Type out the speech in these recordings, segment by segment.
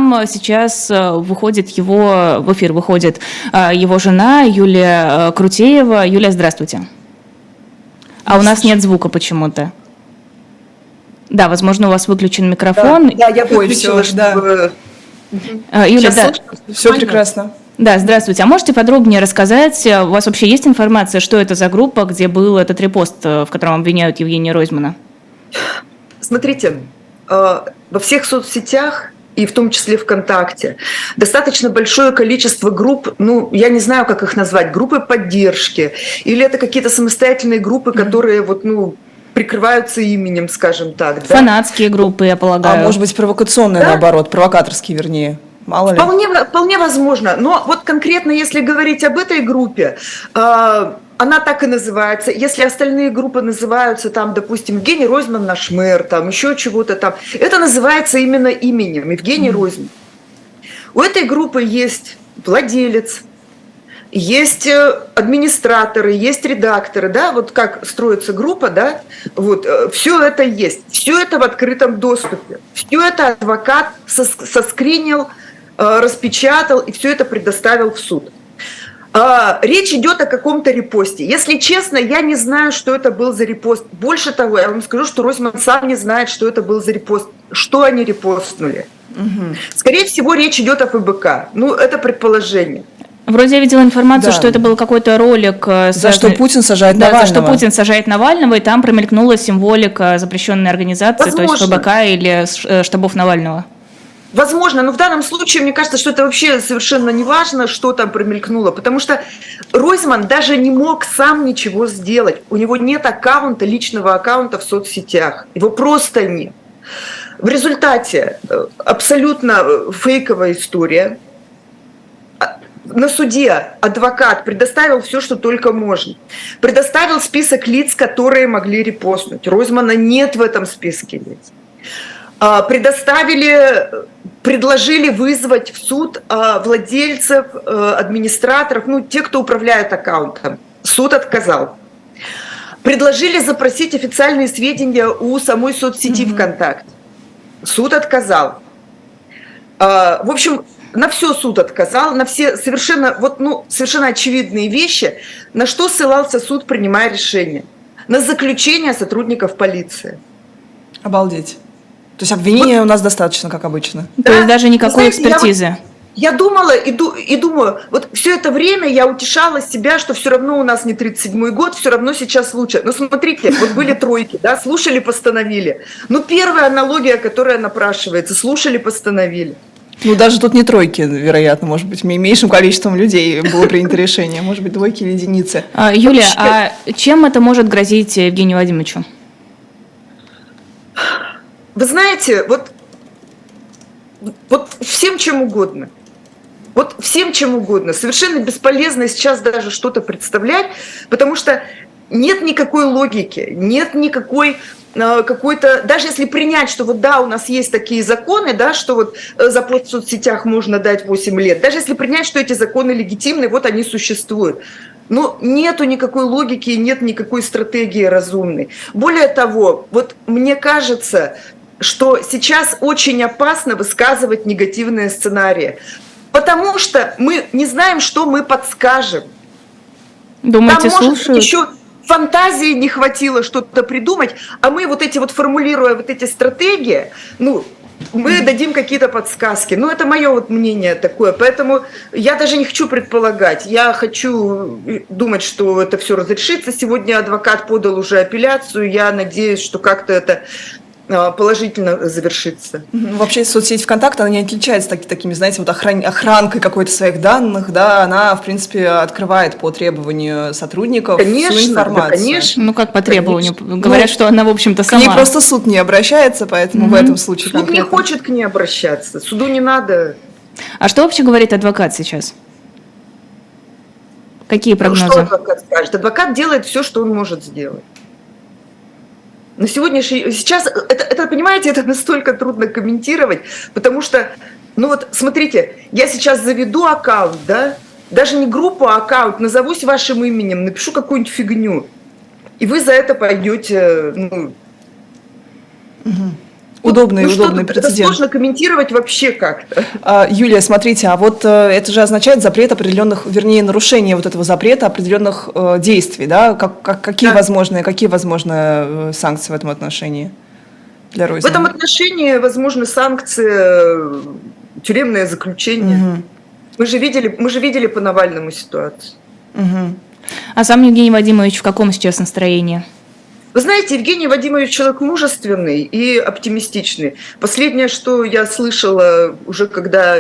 нам сейчас выходит в эфир выходит его жена Юлия Крутеева. Юлия, здравствуйте. А у нас нет звука почему-то. Да, возможно, у вас выключен микрофон. Да, я выключила, чтобы... Юля, да. Все прекрасно. Да, здравствуйте. А можете подробнее рассказать, у вас вообще есть информация, что это за группа, где был этот репост, в котором обвиняют Евгения Ройзмана? Смотрите, во всех соцсетях, и в том числе ВКонтакте, достаточно большое количество групп, я не знаю, как их назвать, группы поддержки, или это какие-то самостоятельные группы, которые прикрываются именем, скажем так. Да? Фанатские группы, я полагаю. А может быть, провокационные, да? Наоборот, провокаторские, вернее. Мало ли. Вполне возможно. Но вот конкретно, если говорить об этой группе, она так и называется. Если остальные группы называются, там, допустим, Евгений Ройзман наш мэр, там, еще чего-то там, это называется именно именем Евгений Ройзман. У этой группы есть владелец, есть администраторы, есть редакторы, да, вот как строится группа, да, вот, все это есть, все это в открытом доступе, все это адвокат соскринил, распечатал и все это предоставил в суд. Речь идет о каком-то репосте. Если честно, я не знаю, что это был за репост. Больше того, я вам скажу, что Ройзман сам не знает, что это был за репост, что они репостнули. Угу. Скорее всего, речь идет о ФБК. Это предположение. Вроде я видела информацию, что это был какой-то ролик. За что Путин сажает Навального. За что Путин сажает Навального, и там промелькнула символика запрещенной организации, то есть ФБК или штабов Навального. Возможно, но в данном случае, мне кажется, что это вообще совершенно не важно, что там промелькнуло, потому что Ройзман даже не мог сам ничего сделать. У него нет аккаунта, личного аккаунта в соцсетях. Его просто нет. В результате абсолютно фейковая история. На суде адвокат предоставил все, что только можно. Предоставил список лиц, которые могли репостнуть. Ройзмана нет в этом списке лиц. Предложили вызвать в суд владельцев, администраторов, тех, кто управляет аккаунтом. Суд отказал. Предложили запросить официальные сведения у самой соцсети ВКонтакте. Суд отказал. В общем, на все суд отказал, на все совершенно очевидные вещи, на что ссылался суд, принимая решение. На заключение сотрудников полиции. Обалдеть. То есть обвинения у нас достаточно, как обычно. Да? То есть даже никакой экспертизы. Я думала и думаю, вот все это время я утешала себя, что все равно у нас не 37-й год, все равно сейчас лучше. Но смотрите, вот были тройки, да, слушали, постановили. Первая аналогия, которая напрашивается, слушали, постановили. Даже тут не тройки, вероятно, может быть, меньшим количеством людей было принято решение, может быть, двойки или единицы. Юлия, а чем это может грозить Евгению Вадимовичу? Вы знаете, вот всем чем угодно. Вот всем чем угодно. Совершенно бесполезно сейчас даже что-то представлять, потому что нет никакой логики, нет никакой какой-то... Даже если принять, что у нас есть такие законы, да, что за пост в соцсетях можно дать 8 лет, даже если принять, что эти законы легитимны, они существуют. Но нету никакой логики, нет никакой стратегии разумной. Более того, мне кажется, что сейчас очень опасно высказывать негативные сценарии, потому что мы не знаем, что мы подскажем. Думаете, там, слушают? Может, еще фантазии не хватило что-то придумать, а мы формулируя эти стратегии, мы дадим какие-то подсказки. Это мое мнение такое, поэтому я даже не хочу предполагать. Я хочу думать, что это все разрешится. Сегодня адвокат подал уже апелляцию, я надеюсь, что как-то это положительно завершится. Вообще соцсеть ВКонтакте, она не отличается такими, знаете, охранкой какой-то своих данных, да, она, в принципе, открывает по требованию сотрудников всю информацию. Да, конечно. Как по требованию? Говорят, что она, в общем-то, сама. К ней просто суд не обращается, поэтому в этом случае суд не хочет к ней обращаться, суду не надо. А что вообще говорит адвокат сейчас? Какие прогнозы? Что адвокат скажет? Адвокат делает все, что он может сделать. На сейчас, это, понимаете, это настолько трудно комментировать, потому что, смотрите, я сейчас заведу аккаунт, да, даже не группу, а аккаунт, назовусь вашим именем, напишу какую-нибудь фигню, и вы за это пойдете, Удобный это прецедент. сложно комментировать вообще как-то. Юлия, смотрите, а вот это же означает запрет определенных, вернее, нарушение вот этого запрета определенных действий, да? Какие возможны санкции в этом отношении для Ройзмана? В этом отношении возможны санкции, тюремное заключение. Угу. Мы же видели по Навальному ситуацию. Угу. А сам Евгений Вадимович в каком сейчас настроении? Вы знаете, Евгений Вадимович человек мужественный и оптимистичный. Последнее, что я слышала уже когда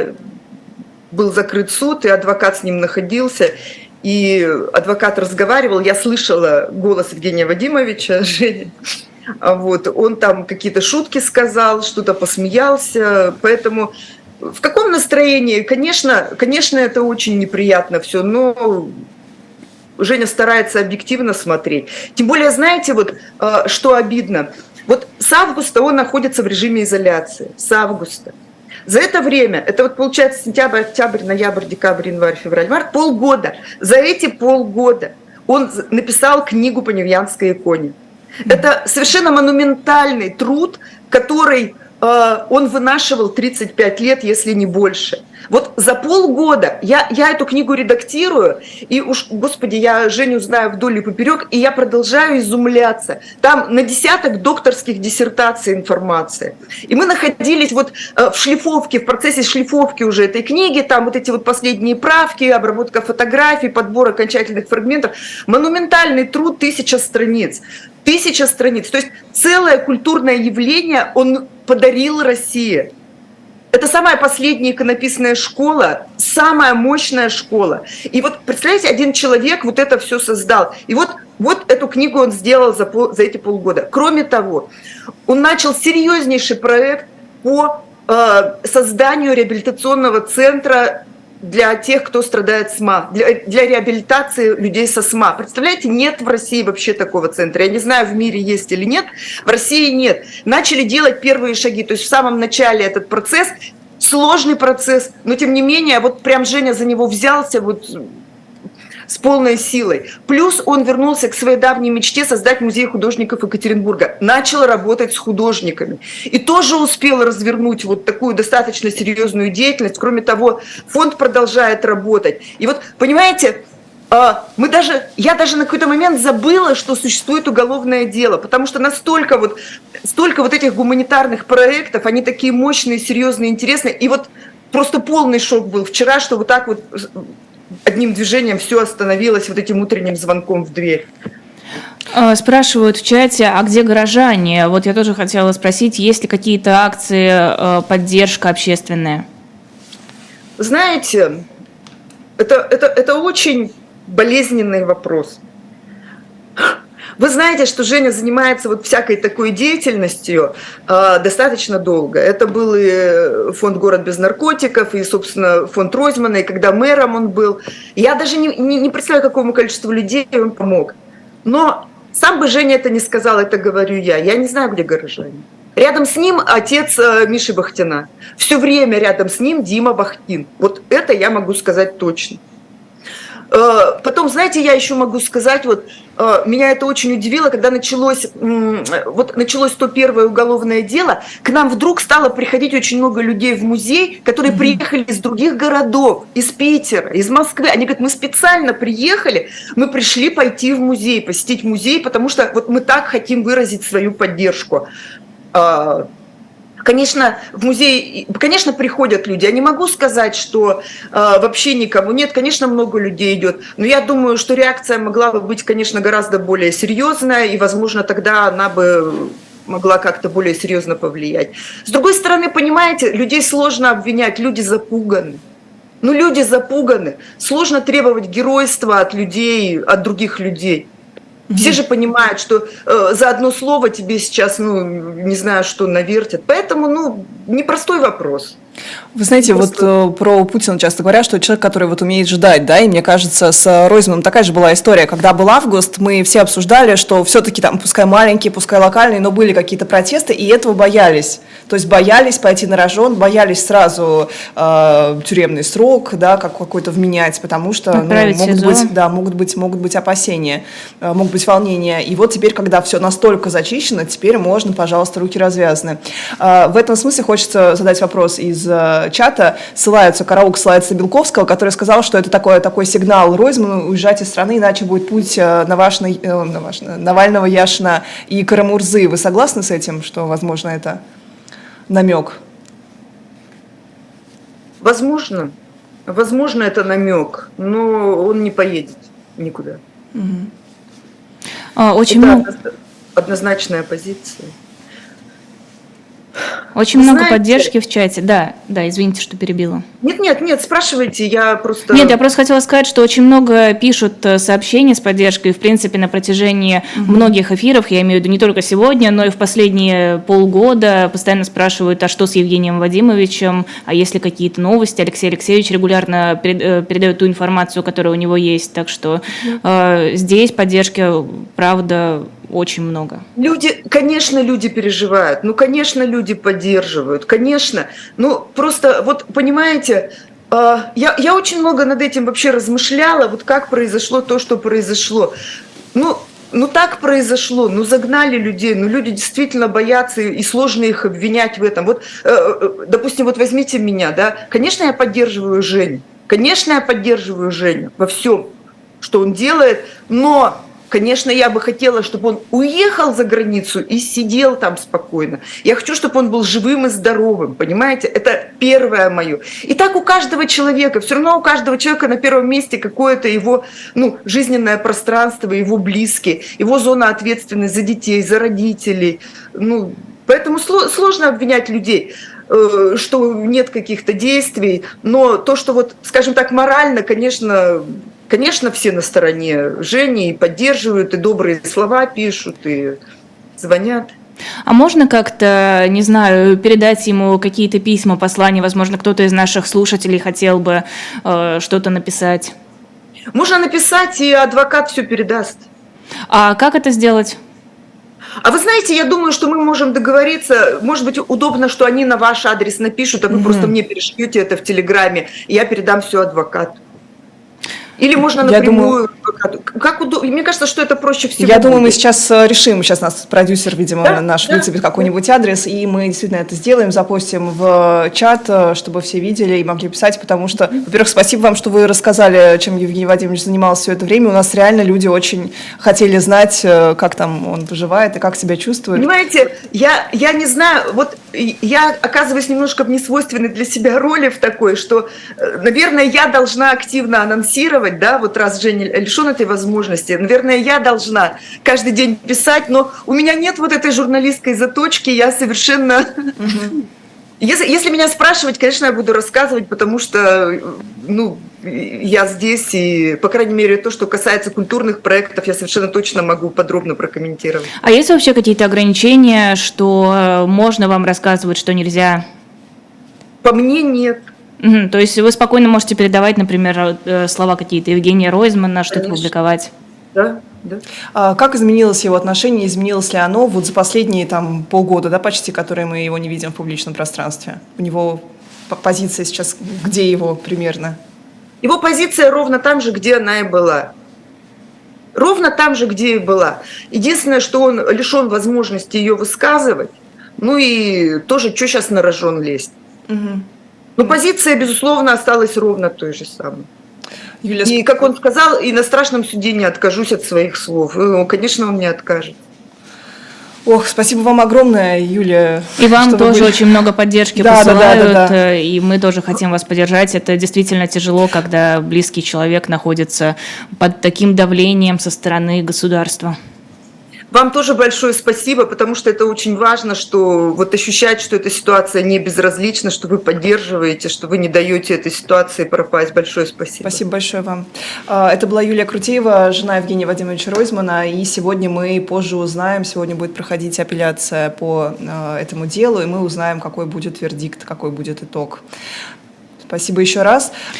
был закрыт суд, и адвокат с ним находился, и адвокат разговаривал, я слышала голос Евгения Вадимовича, Женя. Вот, он там какие-то шутки сказал, что-то посмеялся, поэтому в каком настроении? Конечно, это очень неприятно все, но Женя старается объективно смотреть. Тем более, знаете, вот что обидно. Вот с августа он находится в режиме изоляции. С августа. За это время, это вот получается сентябрь, октябрь, ноябрь, декабрь, январь, февраль, март, полгода. За эти полгода он написал книгу по Невьянской иконе. Это совершенно монументальный труд, который он вынашивал 35 лет, если не больше. Вот за полгода я эту книгу редактирую, и уж, господи, я Женю знаю вдоль и поперек, и я продолжаю изумляться. Там на десяток докторских диссертаций информации. И мы находились вот в шлифовке, в процессе шлифовки уже этой книги, там вот эти вот последние правки, обработка фотографий, подбор окончательных фрагментов. Монументальный труд, 1000 страниц. 1000 страниц. То есть целое культурное явление он подарил России. Это самая последняя иконописная школа, самая мощная школа. И вот, представляете, один человек вот это все создал. И вот эту книгу он сделал за эти полгода. Кроме того, он начал серьезнейший проект по созданию реабилитационного центра для тех, кто страдает СМА, для реабилитации людей со СМА. Представляете, нет в России вообще такого центра. Я не знаю, в мире есть или нет. В России нет. Начали делать первые шаги. То есть в самом начале этот процесс, сложный процесс, но тем не менее, вот прям Женя за него взялся вот с полной силой. Плюс он вернулся к своей давней мечте создать музей художников Екатеринбурга. Начал работать с художниками. И тоже успел развернуть вот такую достаточно серьезную деятельность. Кроме того, фонд продолжает работать. И вот, понимаете, я даже на какой-то момент забыла, что существует уголовное дело, потому что столько вот этих гуманитарных проектов, они такие мощные, серьезные, интересные. И вот просто полный шок был вчера, что вот так вот одним движением все остановилось вот этим утренним звонком в дверь. Спрашивают в чате, а где горожане? Вот я тоже хотела спросить, есть ли какие-то акции, поддержка общественная? Знаете, это очень болезненный вопрос. Вы знаете, что Женя занимается вот всякой такой деятельностью достаточно долго. Это был и фонд «Город без наркотиков», и, собственно, фонд Ройзмана, и когда мэром он был. Я даже не представляю, какому количеству людей он помог. Но сам бы Женя это не сказал, это говорю я. Я не знаю, где горожане. Рядом с ним отец Миши Бахтина. Все время рядом с ним Дима Бахтин. Вот это я могу сказать точно. Потом, знаете, я еще могу сказать, меня это очень удивило, когда началось то первое уголовное дело, к нам вдруг стало приходить очень много людей в музей, которые приехали из других городов, из Питера, из Москвы. Они говорят, мы специально приехали, мы пришли пойти в музей, посетить музей, потому что вот мы так хотим выразить свою поддержку. Конечно, в музей, конечно, приходят люди. Я не могу сказать, что вообще никого нет. Конечно, много людей идет. Но я думаю, что реакция могла бы быть, конечно, гораздо более серьезная. И, возможно, тогда она бы могла как-то более серьезно повлиять. С другой стороны, понимаете, людей сложно обвинять. Люди запуганы. Люди запуганы. Сложно требовать геройства от людей, от других людей. Все же понимают, что за одно слово тебе сейчас, не знаю, что навертят. Поэтому, непростой вопрос. Вы знаете, Просто- вот про Путина часто говорят, что человек, который вот умеет ждать, да, и мне кажется, с Ройзманом такая же была история. Когда был август, мы все обсуждали, что все-таки там, пускай маленькие, пускай локальные, но были какие-то протесты, и этого боялись. То есть боялись пойти на рожон, боялись сразу тюремный срок, да, как какой-то вменять, потому что Отправить в могут СИЗО. быть, да, могут быть опасения, могут быть волнения. И вот теперь, когда все настолько зачищено, теперь можно, пожалуйста, руки развязаны. В этом смысле хочется задать вопрос из чата. Караул ссылается на Белковского, который сказал, что это такой сигнал Ройзману уезжать из страны, иначе будет путь Навального, Яшина и Карамурзы. Вы согласны с этим, что, возможно, это намек? Возможно, это намек, но он не поедет никуда. Очень Это много... однозначная позиция. Очень Вы много знаете- поддержки в чате. Да, извините, что перебила. Нет, спрашивайте, я просто... Нет, я просто хотела сказать, что очень много пишут сообщений с поддержкой, в принципе, на протяжении многих эфиров, я имею в виду не только сегодня, но и в последние полгода постоянно спрашивают, а что с Евгением Вадимовичем, а есть ли какие-то новости. Алексей Алексеевич регулярно передает ту информацию, которая у него есть, так что здесь поддержки, правда, очень много. Конечно, люди переживают, конечно, люди поддерживают, конечно. Ну, просто, вот, понимаете, я очень много над этим вообще размышляла, вот как произошло то, что произошло. Ну, так произошло, загнали людей, люди действительно боятся, и сложно их обвинять в этом. Вот, допустим, вот возьмите меня, да, конечно, я поддерживаю Женю во всем, что он делает, но... Конечно, я бы хотела, чтобы он уехал за границу и сидел там спокойно. Я хочу, чтобы он был живым и здоровым, понимаете? Это первое мое. И так у каждого человека, все равно у каждого человека на первом месте какое-то его жизненное пространство, его близкие, его зона ответственности за детей, за родителей. Поэтому сложно обвинять людей, что нет каких-то действий, но то, что вот, скажем так, морально, Конечно, все на стороне Жени и поддерживают, и добрые слова пишут, и звонят. А можно как-то, не знаю, передать ему какие-то письма, послания? Возможно, кто-то из наших слушателей хотел бы что-то написать. Можно написать, и адвокат все передаст. А как это сделать? А вы знаете, я думаю, что мы можем договориться. Может быть, удобно, что они на ваш адрес напишут, а вы просто мне перешлете это в Телеграме, и я передам все адвокату. Или можно напрямую. Как удобно. Мне кажется, что это проще всего. Я думаю, мы сейчас решим. Сейчас нас продюсер, видимо, наш выцепит какой-нибудь адрес, и мы действительно это сделаем, запостим в чат, чтобы все видели и могли писать, потому что, во-первых, спасибо вам, что вы рассказали, чем Евгений Вадимович занимался все это время. У нас реально люди очень хотели знать, как там он поживает и как себя чувствует. Понимаете, я не знаю, вот я оказываюсь немножко в несвойственной для себя роли в такой, что, наверное, я должна активно анонсировать, да, вот раз Женя лишен этой возможности, наверное, я должна каждый день писать, но у меня нет вот этой журналистской заточки, я совершенно... Если меня спрашивать, конечно, я буду рассказывать, потому что, я здесь, и, по крайней мере, то, что касается культурных проектов, я совершенно точно могу подробно прокомментировать. А есть вообще какие-то ограничения, что можно вам рассказывать, что нельзя? По мне, нет. То есть вы спокойно можете передавать, например, слова какие-то Евгения Ройзмана, что-то публиковать? Да. Как изменилось его отношение, изменилось ли оно вот за последние полгода, да, почти, которые мы его не видим в публичном пространстве? У него позиция сейчас, где его примерно? Его позиция ровно там же, где она и была. Ровно там же, где и была. Единственное, что он лишен возможности ее высказывать, и тоже, что сейчас на рожон лезть. Но позиция, безусловно, осталась ровно той же самой. Юлия... И, как он сказал, и на страшном суде не откажусь от своих слов. Конечно, он не откажет. Ох, спасибо вам огромное, Юлия. И вам тоже очень много поддержки посылают, да. И мы тоже хотим вас поддержать. Это действительно тяжело, когда близкий человек находится под таким давлением со стороны государства. Вам тоже большое спасибо, потому что это очень важно, что вот ощущать, что эта ситуация не безразлична, что вы поддерживаете, что вы не даете этой ситуации пропасть. Большое спасибо. Спасибо большое вам. Это была Юлия Крутеева, жена Евгения Вадимовича Ройзмана, и сегодня мы позже узнаем, сегодня будет проходить апелляция по этому делу, и мы узнаем, какой будет вердикт, какой будет итог. Спасибо еще раз.